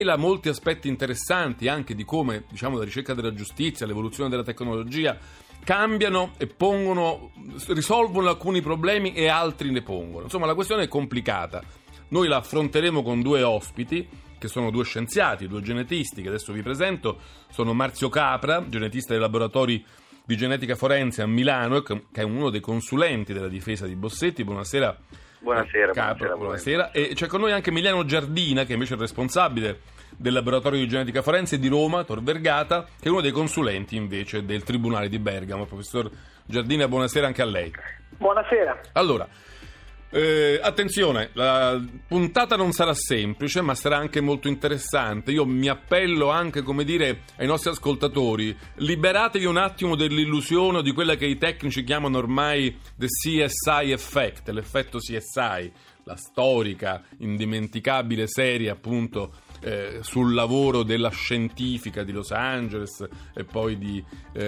molti aspetti interessanti anche di come, diciamo, la ricerca della giustizia, l'evoluzione della tecnologia cambiano e risolvono alcuni problemi e altri ne pongono. Insomma, la questione è complicata. Noi la affronteremo con due ospiti, che sono due scienziati, due genetisti, che adesso vi presento. Sono Marzio Capra, genetista dei laboratori di genetica forense a Milano, che è uno dei consulenti della difesa di Bossetti. Buonasera. Buonasera, Capra, buonasera. E c'è con noi anche Emiliano Giardina, che invece è il responsabile del laboratorio di genetica forense di Roma, Tor Vergata, che è uno dei consulenti invece del Tribunale di Bergamo. Professor Giardina, buonasera anche a lei. Buonasera. Allora, attenzione, la puntata non sarà semplice, ma sarà anche molto interessante. Io mi appello anche, come dire, ai nostri ascoltatori: liberatevi un attimo dell'illusione o di quella che i tecnici chiamano ormai the CSI effect, l'effetto CSI, la storica, indimenticabile serie appunto sul lavoro della scientifica di Los Angeles e poi di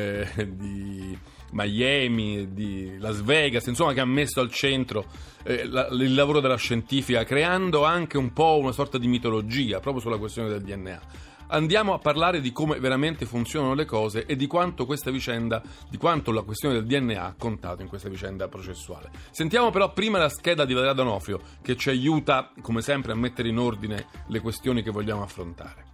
Miami, di Las Vegas, insomma, che ha messo al centro il lavoro della scientifica, creando anche un po' una sorta di mitologia proprio sulla questione del DNA. Andiamo a parlare di come veramente funzionano le cose e di quanto questa vicenda, di quanto la questione del DNA ha contato in questa vicenda processuale. Sentiamo però prima la scheda di Valeria D'Onofrio, che ci aiuta come sempre a mettere in ordine le questioni che vogliamo affrontare.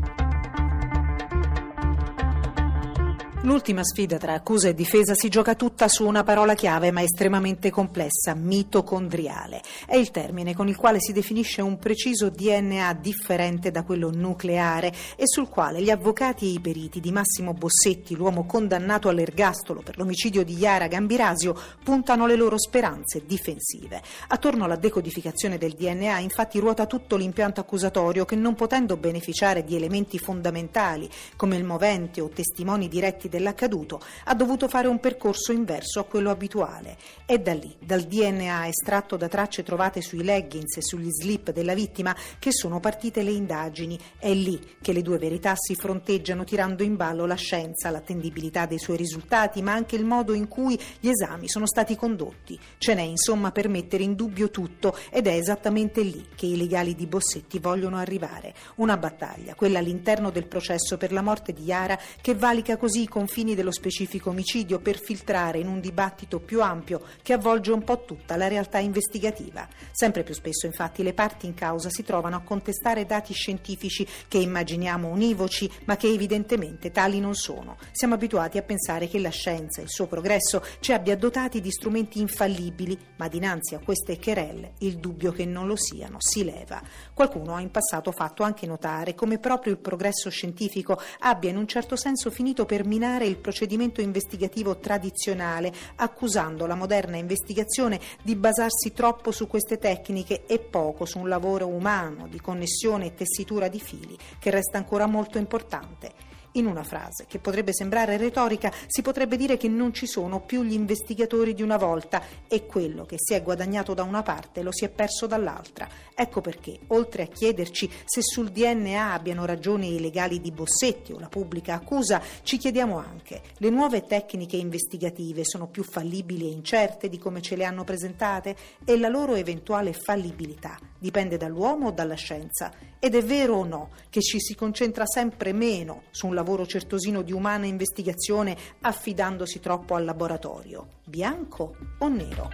L'ultima sfida tra accusa e difesa si gioca tutta su una parola chiave ma estremamente complessa: mitocondriale. È il termine con il quale si definisce un preciso DNA differente da quello nucleare e sul quale gli avvocati e i periti di Massimo Bossetti, l'uomo condannato all'ergastolo per l'omicidio di Yara Gambirasio, puntano le loro speranze difensive. Attorno alla decodificazione del DNA infatti ruota tutto l'impianto accusatorio che, non potendo beneficiare di elementi fondamentali come il movente o testimoni diretti dell'accaduto, ha dovuto fare un percorso inverso a quello abituale. È da lì, dal DNA estratto da tracce trovate sui leggings e sugli slip della vittima, che sono partite le indagini. È lì che le due verità si fronteggiano, tirando in ballo la scienza, l'attendibilità dei suoi risultati, ma anche il modo in cui gli esami sono stati condotti. Ce n'è insomma per mettere in dubbio tutto, ed è esattamente lì che i legali di Bossetti vogliono arrivare. Una battaglia, quella all'interno del processo per la morte di Yara, che valica così i confini dello specifico omicidio per filtrare in un dibattito più ampio che avvolge un po' tutta la realtà investigativa. Sempre più spesso, infatti, le parti in causa si trovano a contestare dati scientifici che immaginiamo univoci, ma che evidentemente tali non sono. Siamo abituati a pensare che la scienza e il suo progresso ci abbia dotati di strumenti infallibili, ma dinanzi a queste querelle il dubbio che non lo siano si leva. Qualcuno ha in passato fatto anche notare come proprio il progresso scientifico abbia in un certo senso finito per minare il procedimento investigativo tradizionale, accusando la moderna investigazione di basarsi troppo su queste tecniche e poco su un lavoro umano di connessione e tessitura di fili, che resta ancora molto importante. In una frase che potrebbe sembrare retorica, si potrebbe dire che non ci sono più gli investigatori di una volta e quello che si è guadagnato da una parte lo si è perso dall'altra. Ecco perché, oltre a chiederci se sul DNA abbiano ragione i legali di Bossetti o la pubblica accusa, ci chiediamo anche: le nuove tecniche investigative sono più fallibili e incerte di come ce le hanno presentate? E la loro eventuale fallibilità dipende dall'uomo o dalla scienza? Ed è vero o no che ci si concentra sempre meno su un lavoro certosino di umana investigazione, affidandosi troppo al laboratorio? Bianco o nero?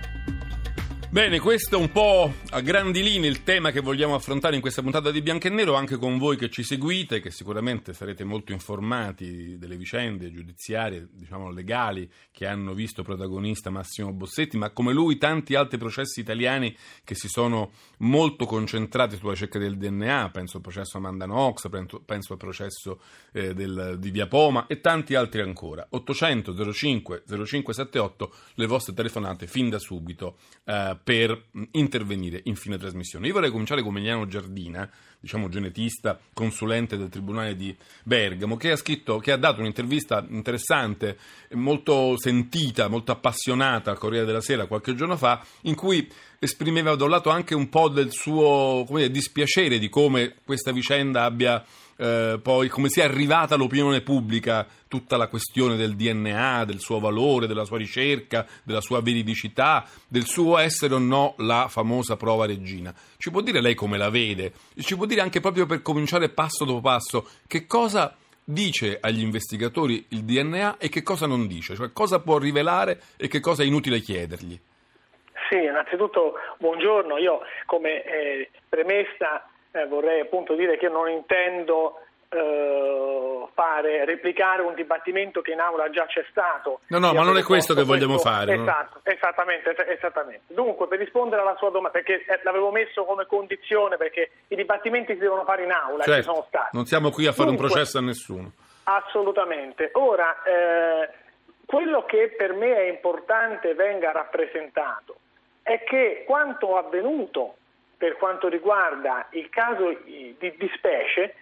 Bene, questo è un po' a grandi linee il tema che vogliamo affrontare in questa puntata di Bianco e Nero, anche con voi che ci seguite, che sicuramente sarete molto informati delle vicende giudiziarie, diciamo legali, che hanno visto protagonista Massimo Bossetti, ma come lui tanti altri processi italiani che si sono molto concentrati sulla ricerca del DNA. Penso al processo Amanda Knox, penso al processo di Via Poma e tanti altri ancora. 800 05 0578 le vostre telefonate fin da subito per intervenire in fine trasmissione. Io vorrei cominciare con Emiliano Giardina, diciamo genetista, consulente del Tribunale di Bergamo, che ha dato un'intervista interessante, molto sentita, molto appassionata al Corriere della Sera qualche giorno fa, in cui esprimeva da un lato anche un po' del suo dispiacere di come questa vicenda abbia poi, come sia arrivata all'opinione pubblica tutta la questione del DNA, del suo valore, della sua ricerca, della sua veridicità, del suo essere o no la famosa prova regina. Ci può dire lei come la vede? Ci può dire anche, proprio per cominciare passo dopo passo, che cosa dice agli investigatori il DNA e che cosa non dice? Cioè cosa può rivelare e che cosa è inutile chiedergli? Sì, innanzitutto buongiorno. Io come premessa vorrei appunto dire che io non intendo replicare un dibattimento che in aula già c'è stato. No, ma non è questo che vogliamo fare. Esatto, esattamente. Dunque, per rispondere alla sua domanda, perché l'avevo messo come condizione, perché i dibattimenti si devono fare in aula, certo, ci sono stati. Non siamo qui a fare un processo a nessuno. Assolutamente. Ora, quello che per me è importante venga rappresentato è che quanto avvenuto per quanto riguarda il caso di specie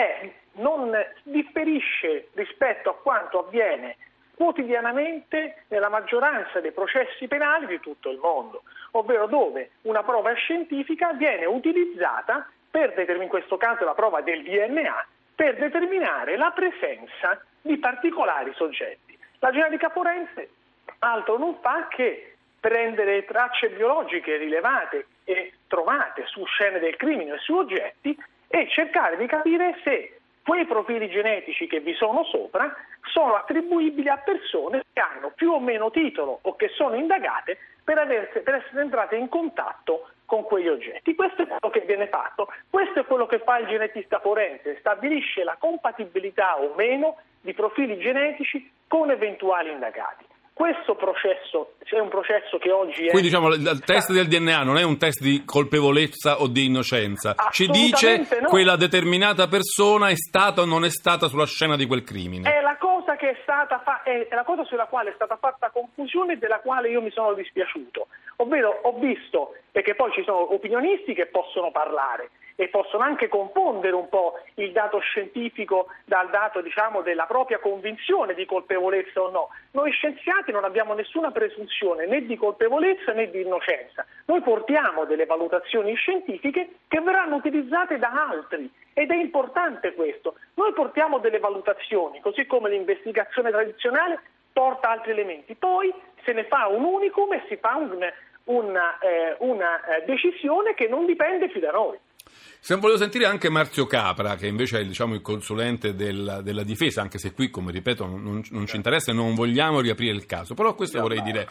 non differisce rispetto a quanto avviene quotidianamente nella maggioranza dei processi penali di tutto il mondo, ovvero dove una prova scientifica viene utilizzata in questo caso la prova del DNA, per determinare la presenza di particolari soggetti. La genetica forense altro non fa che prendere tracce biologiche rilevate e trovate su scene del crimine e su oggetti e cercare di capire se quei profili genetici che vi sono sopra sono attribuibili a persone che hanno più o meno titolo o che sono indagate per essere entrate in contatto con quegli oggetti. Questo è quello che viene fatto, questo è quello che fa il genetista forense, stabilisce la compatibilità o meno di profili genetici con eventuali indagati. Questo processo è un processo che oggi è... Quindi diciamo il test del DNA non è un test di colpevolezza o di innocenza, ci dice no. Quella determinata persona è stata o non è stata sulla scena di quel crimine. È la cosa che è la cosa sulla quale è stata fatta confusione e della quale io mi sono dispiaciuto. Ovvero ho visto, perché poi ci sono opinionisti che possono parlare e possono anche confondere un po' il dato scientifico dal dato, della propria convinzione di colpevolezza o no. Noi scienziati non abbiamo nessuna presunzione né di colpevolezza né di innocenza. Noi portiamo delle valutazioni scientifiche che verranno utilizzate da altri ed è importante questo. Noi portiamo delle valutazioni, così come l'investigazione tradizionale porta altri elementi. Poi se ne fa un unicum e si fa una decisione che non dipende più da noi. Se volevo sentire anche Marzio Capra, che invece è il consulente della difesa, anche se qui, come ripeto, non ci interessa e non vogliamo riaprire il caso. Però questo vorrei dire,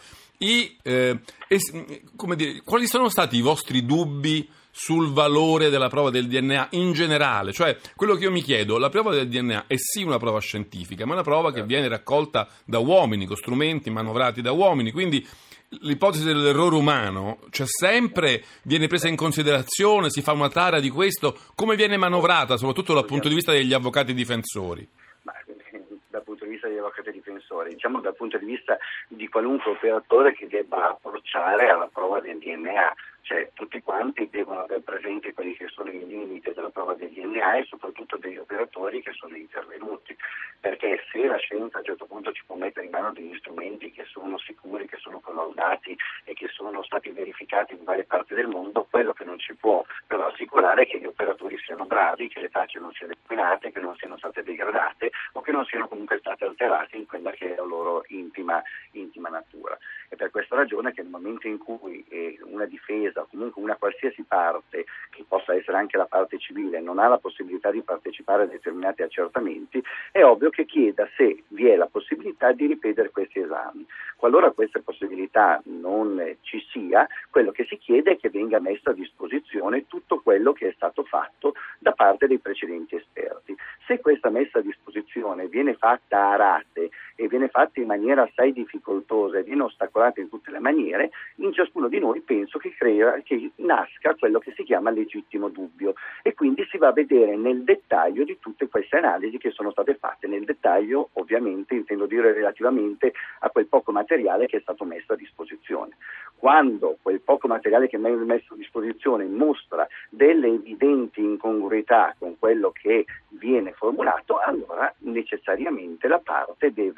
quali sono stati i vostri dubbi sul valore della prova del DNA in generale? Cioè, quello che io mi chiedo, la prova del DNA è sì una prova scientifica, ma è una prova che viene raccolta da uomini, con strumenti manovrati da uomini, quindi l'ipotesi dell'errore umano viene presa in considerazione, si fa una tara di questo, come viene manovrata, soprattutto dal punto di vista degli avvocati difensori? Dal punto di vista degli avvocati difensori, dal punto di vista di qualunque operatore che debba approcciare alla prova del DNA. Cioè tutti quanti devono aver presente quelli che sono i limiti della prova del DNA e soprattutto degli operatori che sono intervenuti, perché se la scienza a un certo punto ci può mettere in mano degli strumenti che sono sicuri, che sono collaudati e che sono stati verificati in varie parti del mondo, quello che non ci può però assicurare è che gli operatori siano bravi, che le tracce non siano inquinate, che non siano state degradate o che non siano comunque state alterate in quella che è la loro intima natura. E per questa ragione che nel momento in cui una difesa o comunque una qualsiasi parte, che possa essere anche la parte civile, non ha la possibilità di partecipare a determinati accertamenti, è ovvio che chieda se vi è la possibilità di ripetere questi esami. Qualora questa possibilità non ci sia, quello che si chiede è che venga messo a disposizione tutto quello che è stato fatto da parte dei precedenti esperti. Se questa messa a disposizione viene fatta a rate e viene fatta in maniera assai difficoltosa e viene ostacolata in tutte le maniere, in ciascuno di noi penso che nasca quello che si chiama legittimo dubbio e quindi si va a vedere nel dettaglio di tutte queste analisi che sono state fatte, nel dettaglio ovviamente intendo dire relativamente a quel poco materiale che è stato messo a disposizione. Quando quel poco materiale che è messo a disposizione mostra delle evidenti incongruità con quello che viene formulato, allora necessariamente la parte deve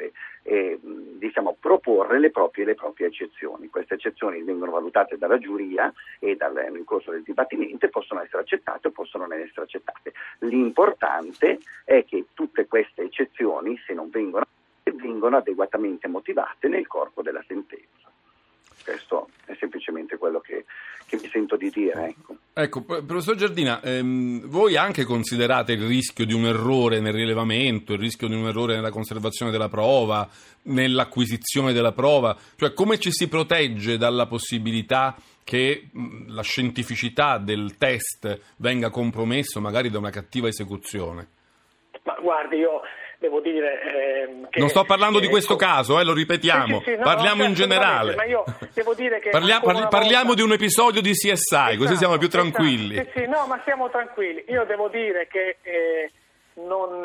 deve proporre le proprie eccezioni. Queste eccezioni vengono valutate dalla giuria e nel corso del dibattimento possono essere accettate o possono non essere accettate. L'importante è che tutte queste eccezioni, se non vengono adeguatamente motivate nel corpo della sentenza. Questo è semplicemente quello che mi sento di dire. Ecco, professor Giardina, voi anche considerate il rischio di un errore nel rilevamento, il rischio di un errore nella conservazione della prova, nell'acquisizione della prova? Cioè, come ci si protegge dalla possibilità che la scientificità del test venga compromesso magari da una cattiva esecuzione? Ma guardi, io devo dire che non sto parlando di questo caso, lo ripetiamo, sì, parliamo in generale. Ma io devo dire che parliamo di un episodio di CSI, esatto, così siamo più tranquilli. Ma siamo tranquilli. Io devo dire che non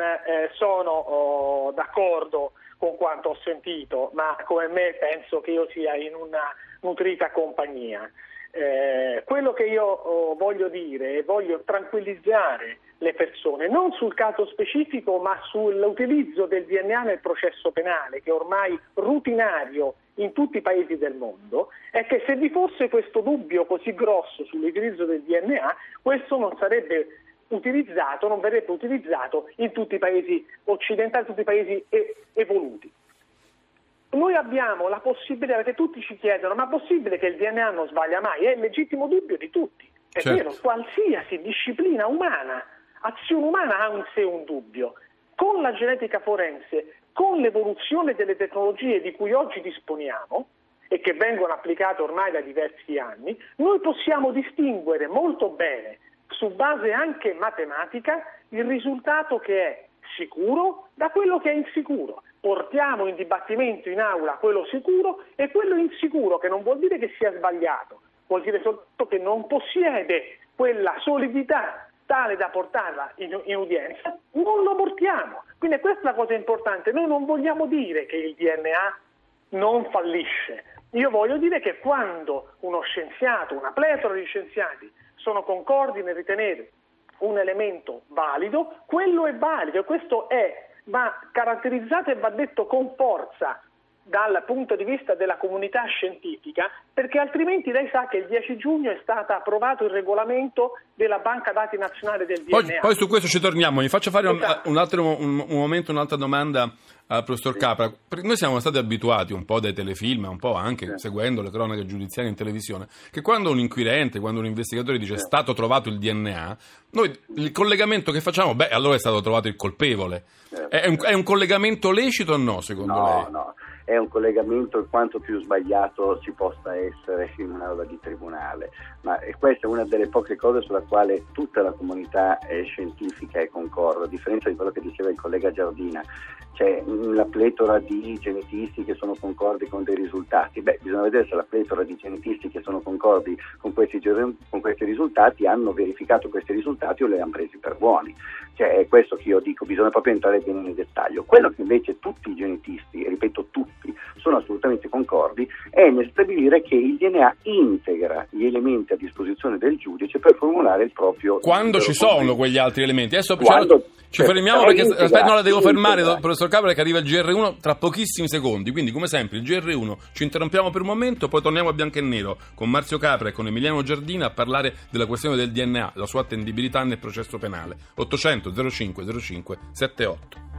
sono d'accordo con quanto ho sentito, ma come me penso che io sia in una nutrita compagnia. Quello che io voglio dire e voglio tranquillizzare le persone, non sul caso specifico ma sull'utilizzo del DNA nel processo penale, che è ormai rutinario in tutti i paesi del mondo, è che se vi fosse questo dubbio così grosso sull'utilizzo del DNA, questo non verrebbe utilizzato in tutti i paesi occidentali, tutti i paesi evoluti. Noi abbiamo la possibilità, perché tutti ci chiedono, ma è possibile che il DNA non sbaglia mai? È il legittimo dubbio di tutti. È vero, qualsiasi disciplina umana, azione umana ha in sé un dubbio. Con la genetica forense, con l'evoluzione delle tecnologie di cui oggi disponiamo e che vengono applicate ormai da diversi anni, noi possiamo distinguere molto bene, su base anche matematica, il risultato che è sicuro da quello che è insicuro. Portiamo in dibattimento in aula quello sicuro e quello insicuro, che non vuol dire che sia sbagliato, vuol dire soltanto che non possiede quella solidità tale da portarla in udienza, non lo portiamo. Quindi questa è la cosa importante. Noi non vogliamo dire che il DNA non fallisce. Io voglio dire che quando uno scienziato, una pletora di scienziati sono concordi nel ritenere un elemento valido, quello è valido e questo va caratterizzato e va detto con forza dal punto di vista della comunità scientifica, perché altrimenti lei sa che il 10 giugno è stato approvato il regolamento della banca dati nazionale del DNA. Poi su questo ci torniamo, mi faccio fare un'altra domanda al professor Capra. Noi siamo stati abituati un po' dai telefilm, un po' anche seguendo le cronache giudiziarie in televisione, che quando un inquirente, quando un investigatore dice è stato trovato il DNA, noi il collegamento che facciamo, allora è stato trovato il colpevole. È un collegamento lecito o no, secondo lei? No. È un collegamento quanto più sbagliato si possa essere in un'aula di tribunale, ma questa è una delle poche cose sulla quale tutta la comunità scientifica è concorda, a differenza di quello che diceva il collega Giardina. C'è la pletora di genetisti che sono concordi con dei risultati. Bisogna vedere se la pletora di genetisti che sono concordi con questi risultati hanno verificato questi risultati o li hanno presi per buoni. È questo che io dico, bisogna proprio entrare bene nel dettaglio. Quello che invece tutti i genetisti, e ripeto tutti, sono assolutamente concordi è nel stabilire che il DNA integra gli elementi a disposizione del giudice per formulare il proprio... Quando ci sono quegli altri elementi? Adesso ci fermiamo perché non la devo fermare, professor Capra, che arriva il GR1 tra pochissimi secondi, quindi come sempre il GR1 ci interrompiamo per un momento, poi torniamo a Bianco e Nero con Marzio Capra e con Emiliano Giardina a parlare della questione del DNA, la sua attendibilità nel processo penale. 800 05 05 78.